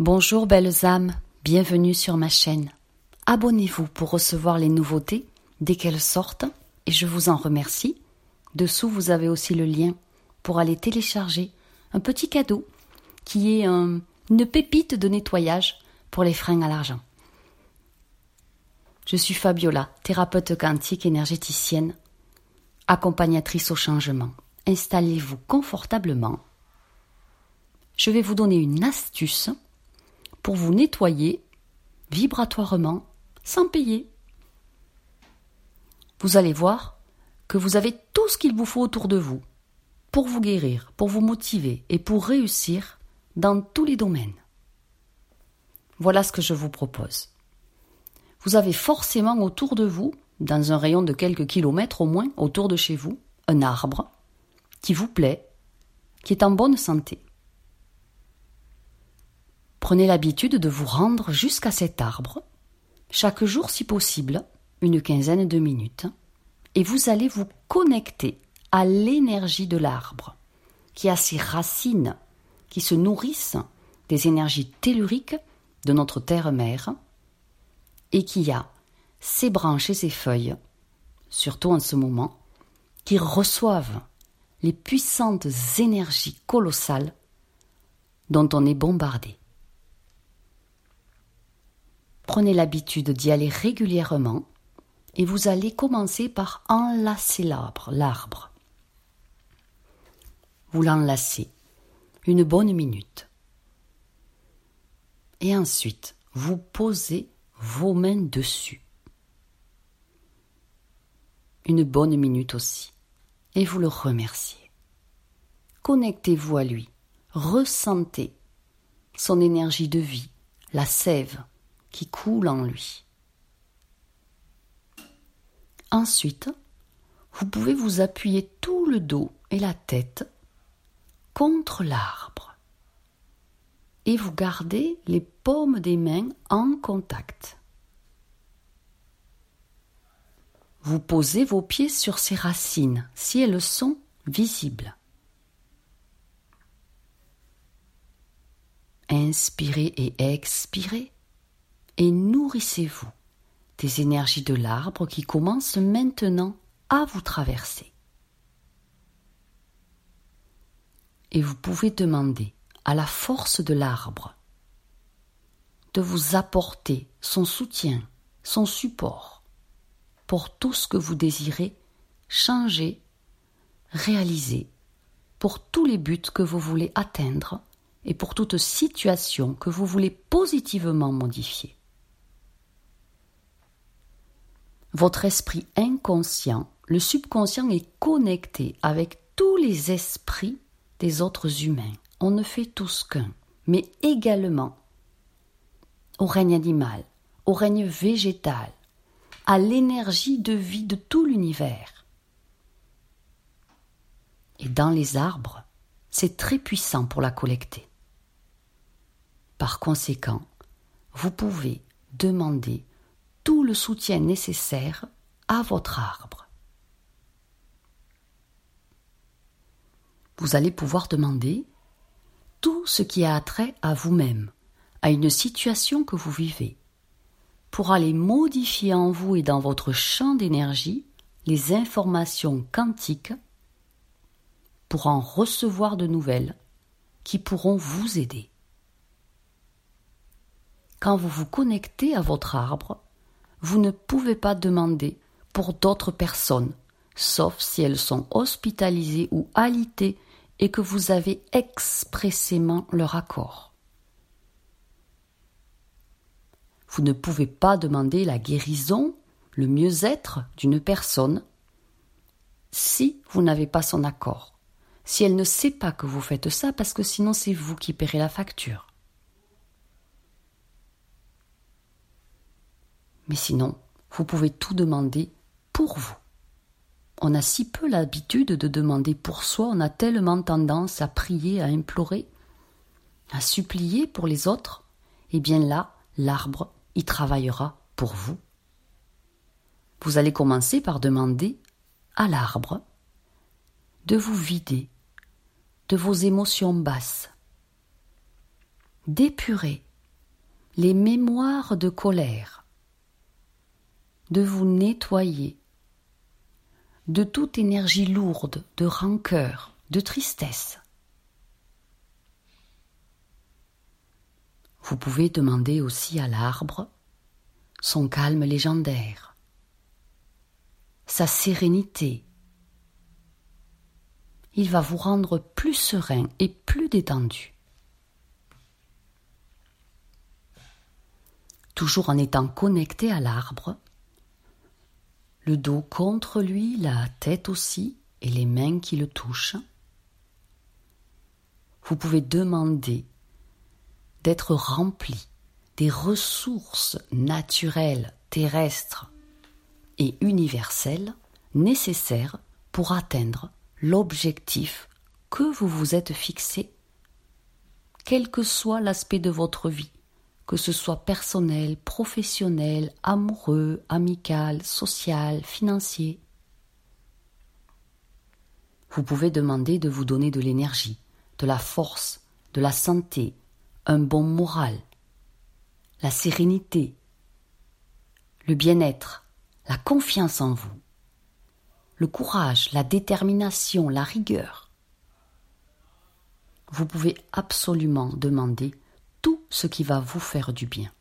Bonjour belles âmes, bienvenue sur ma chaîne. Abonnez-vous pour recevoir les nouveautés dès qu'elles sortent et je vous en remercie. Dessous vous avez aussi le lien pour aller télécharger un petit cadeau qui est une pépite de nettoyage pour les freins à l'argent. Je suis Fabiola, thérapeute quantique énergéticienne, accompagnatrice au changement. Installez-vous confortablement. Je vais vous donner une astuce pour vous nettoyer vibratoirement sans payer. Vous allez voir que vous avez tout ce qu'il vous faut autour de vous pour vous guérir, pour vous motiver et pour réussir dans tous les domaines. Voilà ce que je vous propose. Vous avez forcément autour de vous, dans un rayon de quelques kilomètres au moins, autour de chez vous, un arbre qui vous plaît, qui est en bonne santé. Prenez l'habitude de vous rendre jusqu'à cet arbre, chaque jour si possible, une quinzaine de minutes, et vous allez vous connecter à l'énergie de l'arbre, qui a ses racines, qui se nourrissent des énergies telluriques de notre terre-mère, et qui a ses branches et ses feuilles, surtout en ce moment, qui reçoivent les puissantes énergies colossales dont on est bombardé. Prenez l'habitude d'y aller régulièrement et vous allez commencer par enlacer l'arbre. Vous l'enlacez une bonne minute. Et ensuite, vous posez vos mains dessus. Une bonne minute aussi. Et vous le remerciez. Connectez-vous à lui. Ressentez son énergie de vie, la sève qui coule en lui. Ensuite, vous pouvez vous appuyer tout le dos et la tête contre l'arbre et vous gardez les paumes des mains en contact. Vous posez vos pieds sur ses racines si elles sont visibles. Inspirez et expirez et nourrissez-vous des énergies de l'arbre qui commencent maintenant à vous traverser. Et vous pouvez demander à la force de l'arbre de vous apporter son soutien, son support pour tout ce que vous désirez changer, réaliser, pour tous les buts que vous voulez atteindre et pour toute situation que vous voulez positivement modifier. Votre esprit inconscient, le subconscient est connecté avec tous les esprits des autres humains. On ne fait tous qu'un, mais également au règne animal, au règne végétal, à l'énergie de vie de tout l'univers. Et dans les arbres, c'est très puissant pour la collecter. Par conséquent, vous pouvez demander tout le soutien nécessaire à votre arbre. Vous allez pouvoir demander tout ce qui a trait à vous-même, à une situation que vous vivez, pour aller modifier en vous et dans votre champ d'énergie les informations quantiques pour en recevoir de nouvelles qui pourront vous aider. Quand vous vous connectez à votre arbre, vous ne pouvez pas demander pour d'autres personnes, sauf si elles sont hospitalisées ou alitées et que vous avez expressément leur accord. Vous ne pouvez pas demander la guérison, le mieux-être d'une personne si vous n'avez pas son accord, si elle ne sait pas que vous faites ça, parce que sinon c'est vous qui paierez la facture. Mais sinon, vous pouvez tout demander pour vous. On a si peu l'habitude de demander pour soi, on a tellement tendance à prier, à implorer, à supplier pour les autres. Et bien là, l'arbre y travaillera pour vous. Vous allez commencer par demander à l'arbre de vous vider de vos émotions basses, d'épurer les mémoires de colère, de vous nettoyer de toute énergie lourde, de rancœur, de tristesse. Vous pouvez demander aussi à l'arbre son calme légendaire, sa sérénité. Il va vous rendre plus serein et plus détendu. Toujours en étant connecté à l'arbre, le dos contre lui, la tête aussi, et les mains qui le touchent. Vous pouvez demander d'être rempli des ressources naturelles, terrestres et universelles nécessaires pour atteindre l'objectif que vous vous êtes fixé, quel que soit l'aspect de votre vie, que ce soit personnel, professionnel, amoureux, amical, social, financier. Vous pouvez demander de vous donner de l'énergie, de la force, de la santé, un bon moral, la sérénité, le bien-être, la confiance en vous, le courage, la détermination, la rigueur. Vous pouvez absolument demander tout ce qui va vous faire du bien.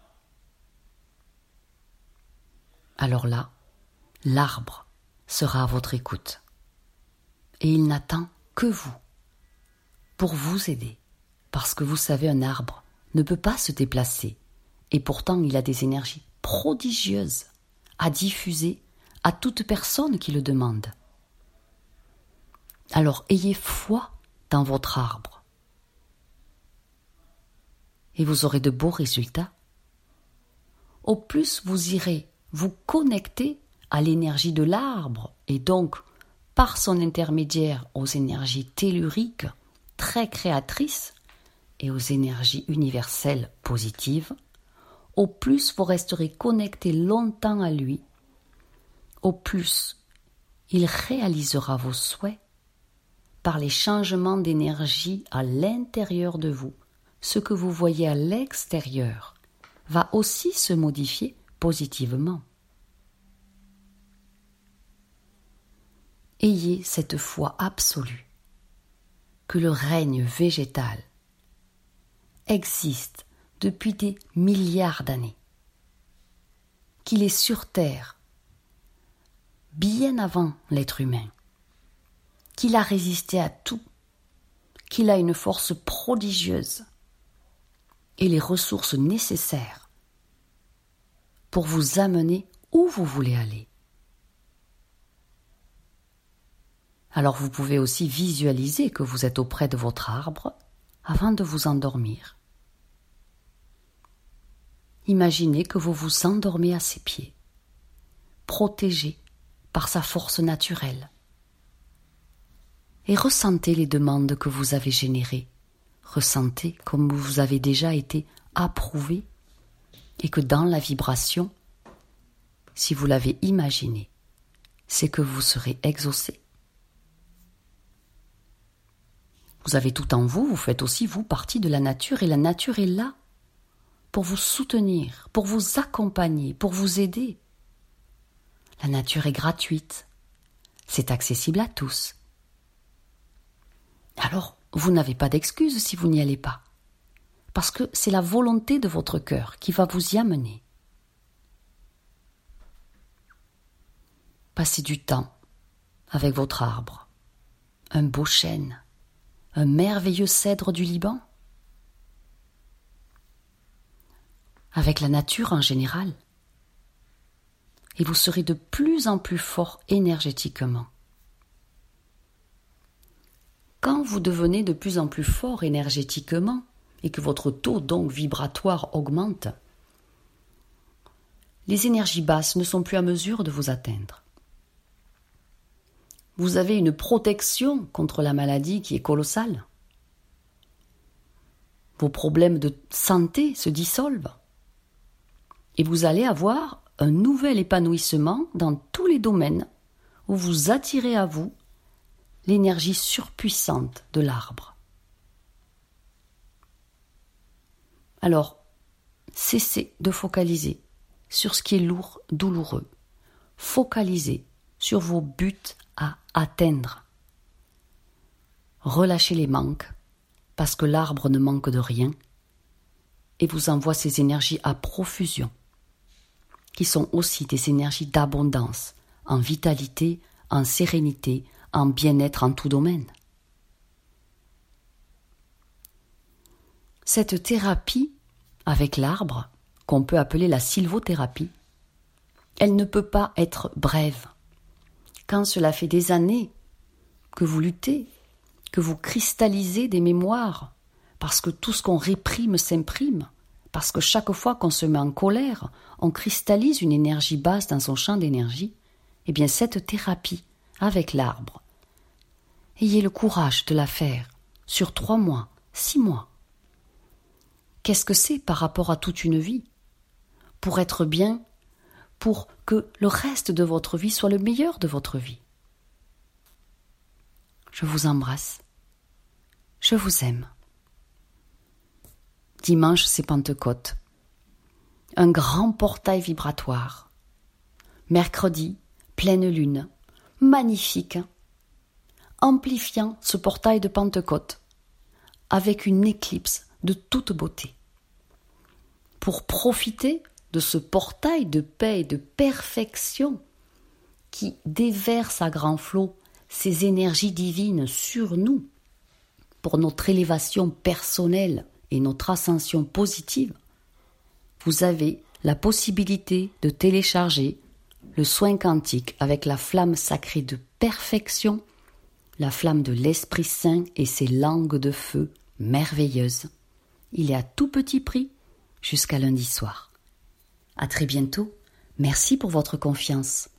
Alors là, l'arbre sera à votre écoute et il n'attend que vous pour vous aider, parce que vous savez, un arbre ne peut pas se déplacer et pourtant il a des énergies prodigieuses à diffuser à toute personne qui le demande. Alors ayez foi dans votre arbre et vous aurez de beaux résultats. Au plus vous irez vous connecter à l'énergie de l'arbre et donc par son intermédiaire aux énergies telluriques très créatrices et aux énergies universelles positives, au plus vous resterez connecté longtemps à lui, au plus il réalisera vos souhaits par les changements d'énergie à l'intérieur de vous. Ce que vous voyez à l'extérieur va aussi se modifier positivement. Ayez cette foi absolue que le règne végétal existe depuis des milliards d'années, qu'il est sur Terre bien avant l'être humain, qu'il a résisté à tout, qu'il a une force prodigieuse et les ressources nécessaires pour vous amener où vous voulez aller. Alors vous pouvez aussi visualiser que vous êtes auprès de votre arbre avant de vous endormir. Imaginez que vous vous endormez à ses pieds, protégé par sa force naturelle. Et ressentez les demandes que vous avez générées. Ressentez comme vous avez déjà été approuvé et que dans la vibration, si vous l'avez imaginé, c'est que vous serez exaucé. Vous avez tout en vous, vous faites aussi vous partie de la nature et la nature est là pour vous soutenir, pour vous accompagner, pour vous aider. La nature est gratuite, c'est accessible à tous. Alors, vous n'avez pas d'excuse si vous n'y allez pas, parce que c'est la volonté de votre cœur qui va vous y amener. Passez du temps avec votre arbre, un beau chêne, un merveilleux cèdre du Liban, avec la nature en général, et vous serez de plus en plus fort énergétiquement. Quand vous devenez de plus en plus fort énergétiquement et que votre taux donc vibratoire augmente, les énergies basses ne sont plus à mesure de vous atteindre. Vous avez une protection contre la maladie qui est colossale. Vos problèmes de santé se dissolvent et vous allez avoir un nouvel épanouissement dans tous les domaines où vous attirez à vous l'énergie surpuissante de l'arbre. Alors, Cessez de focaliser sur ce qui est lourd, douloureux. Focalisez sur vos buts à atteindre. Relâchez les manques, parce que l'arbre ne manque de rien et vous envoie ses énergies à profusion, qui sont aussi des énergies d'abondance, en vitalité, en sérénité, en bien-être en tout domaine. Cette thérapie avec l'arbre, qu'on peut appeler la sylvothérapie, elle ne peut pas être brève. Quand cela fait des années que vous luttez, que vous cristallisez des mémoires, parce que tout ce qu'on réprime s'imprime, parce que chaque fois qu'on se met en colère, on cristallise une énergie basse dans son champ d'énergie, eh bien cette thérapie avec l'arbre, ayez le courage de la faire sur 3 mois, 6 mois. Qu'est-ce que c'est par rapport à toute une vie? Pour être bien, pour que le reste de votre vie soit le meilleur de votre vie. Je vous embrasse. Je vous aime. Dimanche, c'est Pentecôte. Un grand portail vibratoire. Mercredi, pleine lune. Magnifique. Amplifiant ce portail de Pentecôte avec une éclipse de toute beauté. Pour profiter de ce portail de paix et de perfection qui déverse à grands flots ses énergies divines sur nous, pour notre élévation personnelle et notre ascension positive, vous avez la possibilité de télécharger le soin quantique avec la flamme sacrée de perfection, la flamme de l'Esprit Saint et ses langues de feu merveilleuses. Il est à tout petit prix jusqu'à lundi soir. À très bientôt. Merci pour votre confiance.